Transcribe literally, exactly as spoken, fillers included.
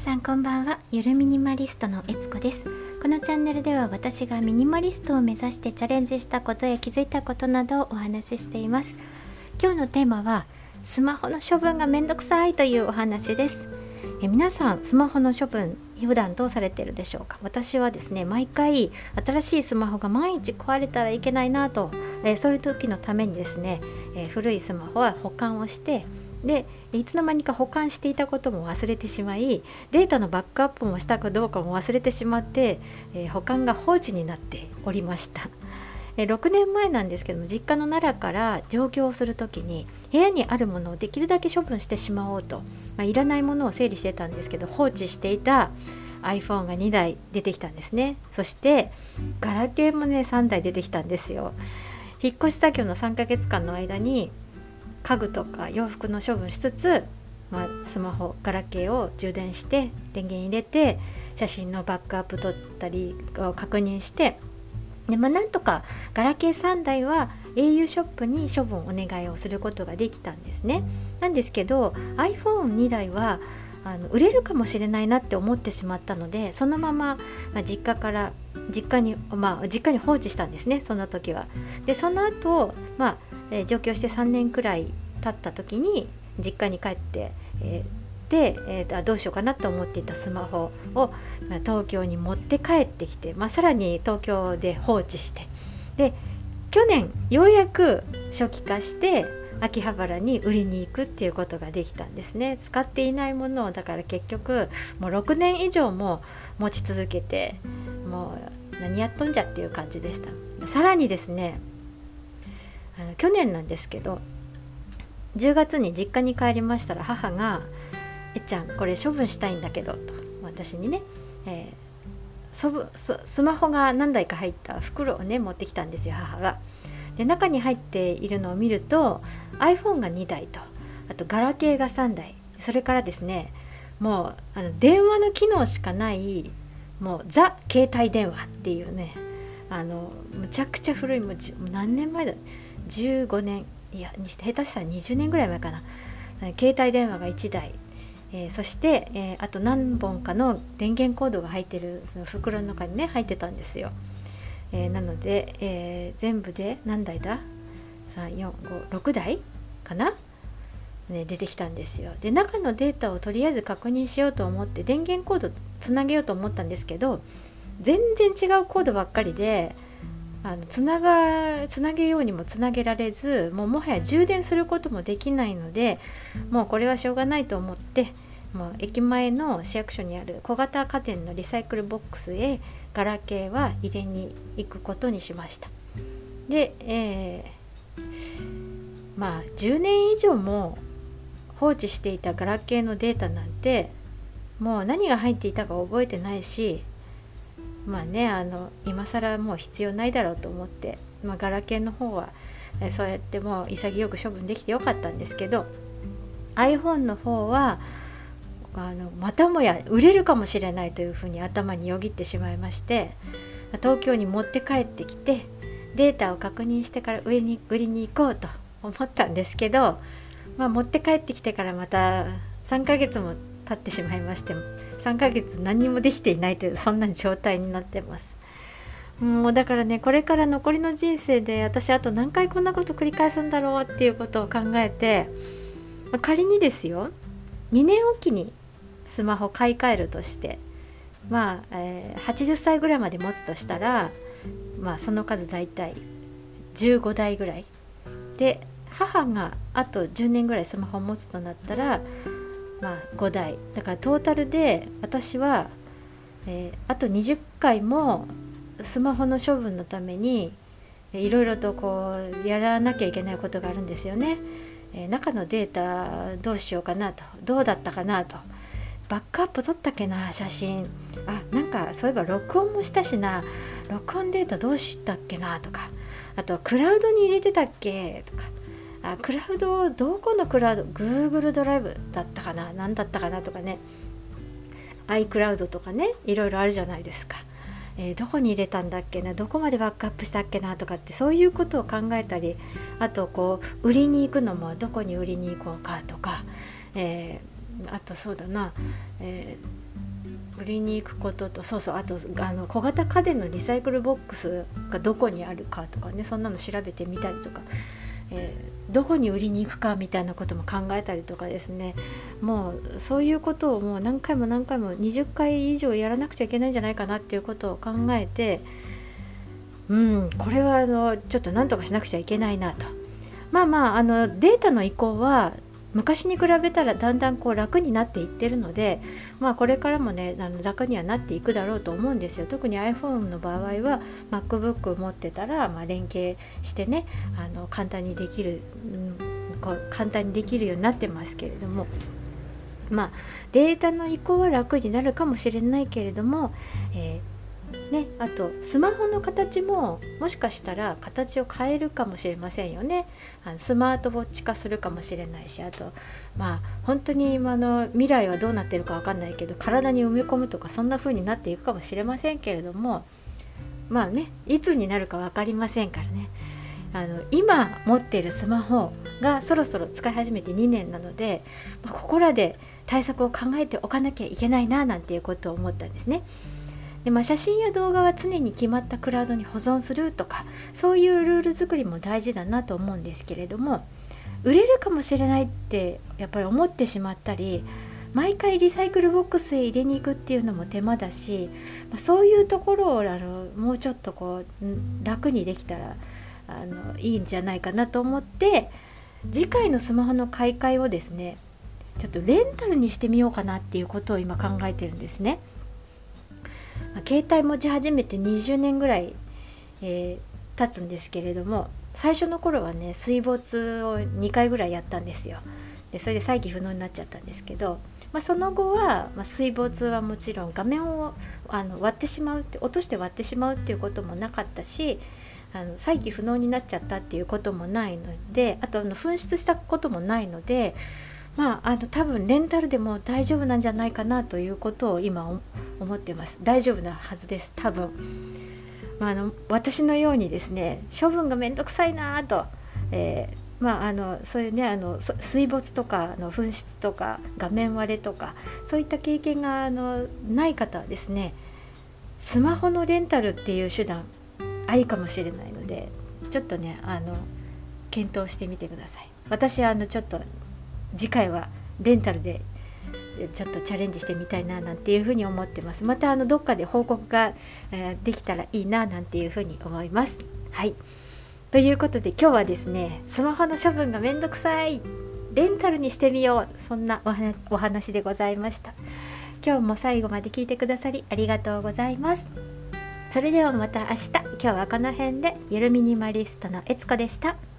さんこんばんは。ゆるミニマリストのえつこです。このチャンネルでは私がミニマリストを目指してチャレンジしたことや気づいたことなどをお話ししています。今日のテーマはスマホの処分がめんどくさいというお話です。え皆さんスマホの処分普段どうされているでしょうか。私はですね、毎回新しいスマホが毎日壊れたらいけないなと、えー、そういう時のためにですね、えー、古いスマホは保管をしてでいつの間にか保管していたことも忘れてしまい、データのバックアップもしたかどうかも忘れてしまって、えー、保管が放置になっておりました。えー、ろくねんまえなんですけども、実家の奈良から上京する時に部屋にあるものをできるだけ処分してしまおうと、まあ、いらないものを整理してたんですけど、放置していた iPhone がにだい出てきたんですね。そしてガラケーもねさんだい出てきたんですよ。引っ越し作業のさんかげつかんの間に家具とか洋服の処分しつつ、まあ、スマホガラケーを充電して電源入れて写真のバックアップ取ったりを確認して、で、まあ、なんとかガラケーさんだいは エーユー ショップに処分お願いをすることができたんですね。なんですけど アイフォンに 台はあの売れるかもしれないなって思ってしまったので、そのまま、まあ、実家から実家に、まあ、実家に放置したんですね、その時は。でその後、まあえー、上京してさんねんくらい経った時に実家に帰って、えー、で、えー、どうしようかなと思っていたスマホを、まあ、東京に持って帰ってきて、まあ、さらに東京で放置して、で去年ようやく初期化して秋葉原に売りに行くっていうことができたんですね。使っていないものをだから結局もうろくねん以上も持ち続けて、もう何やっとんじゃっていう感じでした。さらにですね、あの去年なんですけどじゅうがつに実家に帰りましたら、母がえっちゃんこれ処分したいんだけどと私にね、えー、そぶそスマホが何台か入った袋をね持ってきたんですよ、母が。で中に入っているのを見ると iPhone がにだいと、あとガラケーがさんだい、それからですね、もうあの電話の機能しかないもうザ携帯電話っていうね、あのむちゃくちゃ古い、もう何年前だ、じゅうごねん、いや下手したらにじゅうねんぐらい前かな、携帯電話がいちだい、えー、そして、えー、あと何本かの電源コードが入ってるその袋の中にね入ってたんですよ。えー、なので、えー、全部で何台ださん、よん、ご、ろくだいかな、ね、出てきたんですよ。で中のデータをとりあえず確認しようと思って電源コードつなげようと思ったんですけど、全然違うコードばっかりで、あのつながつなげようにもつなげられず、もうもはや充電することもできないので、もうこれはしょうがないと思って、もう駅前の市役所にある小型家電のリサイクルボックスへガラケーは入れに行くことにしました。で、えー、まあじゅうねん以上も放置していたガラケーのデータなんてもう何が入っていたか覚えてないし、まあね、あの今更もう必要ないだろうと思って、まあ、ガラケーの方はえそうやってもう潔く処分できてよかったんですけど、 iPhone の方はあのまたもや売れるかもしれないというふうに頭によぎってしまいまして、東京に持って帰ってきてデータを確認してから売りに売りに行こうと思ったんですけど、まあ、持って帰ってきてからまたさんかげつも経ってしまいまして、さんかげつ何にもできていないという、そんな状態になってます。もうだからね、これから残りの人生で私あと何回こんなこと繰り返すんだろうっていうことを考えて、まあ、仮にですよにねんおきにスマホ買い替えるとして、まあ、えー、はちじゅっさいぐらいまで持つとしたら、まあ、その数だいたいじゅうごだいぐらいで、母があとじゅうねんぐらいスマホを持つとなったら、まあ、ごだいだからトータルで私は、えー、あとにじゅっかいもスマホの処分のためにいろいろとこうやらなきゃいけないことがあるんですよね。えー、中のデータどうしようかなと、どうだったかなと、バックアップ撮ったっけな、写真、あ、なんかそういえば録音もしたしな、録音データどうしたっけなとか、あとクラウドに入れてたっけとか、あ、クラウドどこのクラウド、 Google ドライブだったかな、何だったかなとかね、 iCloud とかね、いろいろあるじゃないですか。えー、どこに入れたんだっけな、どこまでバックアップしたっけなとかって、そういうことを考えたり、あとこう売りに行くのもどこに売りに行こうかとか、えー、あとそうだな、え売りに行くことと、そうそう、あとあの小型家電のリサイクルボックスがどこにあるかとかね、そんなの調べてみたりとか、えー、どこに売りに行くかみたいなことも考えたりとかですね、もうそういうことをもう何回も何回もにじゅっかい以上やらなくちゃいけないんじゃないかなっていうことを考えて、うん、これはあのちょっと何とかしなくちゃいけないなと。まあまあ、あのデータの移行は昔に比べたらだんだんこう楽になっていってるので、まあ、これからもねあの楽にはなっていくだろうと思うんですよ。特に iPhone の場合は MacBook 持ってたら、まあ、連携してねあの簡単にできる、うん、こう簡単にできるようになってますけれども、まあ、データの移行は楽になるかもしれないけれども、えーね、あとスマホの形ももしかしたら形を変えるかもしれませんよね。あのスマートウォッチ化するかもしれないし、あとまあ本当に今の未来はどうなってるか分かんないけど体に埋め込むとかそんな風になっていくかもしれませんけれども、まあねいつになるか分かりませんからね。あの今持っているスマホがそろそろ使い始めてにねんなので、まあ、ここらで対策を考えておかなきゃいけないななんていうことを思ったんですね。でまあ、写真や動画は常に決まったクラウドに保存するとか、そういうルール作りも大事だなと思うんですけれども、売れるかもしれないってやっぱり思ってしまったり、毎回リサイクルボックスへ入れに行くっていうのも手間だし、まあ、そういうところをあのもうちょっとこう楽にできたらあのいいんじゃないかなと思って、次回のスマホの買い替えをですねちょっとレンタルにしてみようかなっていうことを今考えてるんですね。携帯持ち始めてにじゅうねんぐらい、えー、経つんですけれども、最初の頃はね水没をにかいぐらいやったんですよ。でそれで再起不能になっちゃったんですけど、まあ、その後は、まあ、水没はもちろん画面をあの割ってしまうって落として割ってしまうっていうこともなかったし、あの再起不能になっちゃったっていうこともないので、あとあの紛失したこともないので、まあ、あの多分レンタルでも大丈夫なんじゃないかなということを今思ってます。大丈夫なはずです多分。まあ、あの私のようにですね処分がめんどくさいなと、えーまあ、あのそういうねあの水没とかの紛失とか画面割れとかそういった経験があのない方はですね、スマホのレンタルっていう手段ありかもしれないので、ちょっとねあの検討してみてください。私はあのちょっと次回はレンタルでちょっとチャレンジしてみたいななんていうふうに思ってます。またあのどっかで報告が、えー、できたらいいななんていうふうに思います。はい、ということで今日はですねスマホの処分がめんどくさい、レンタルにしてみよう、そんなお話、お話でございました。今日も最後まで聞いてくださりありがとうございます。それではまた明日。今日はこの辺で。ゆるミニマリストのえつこでした。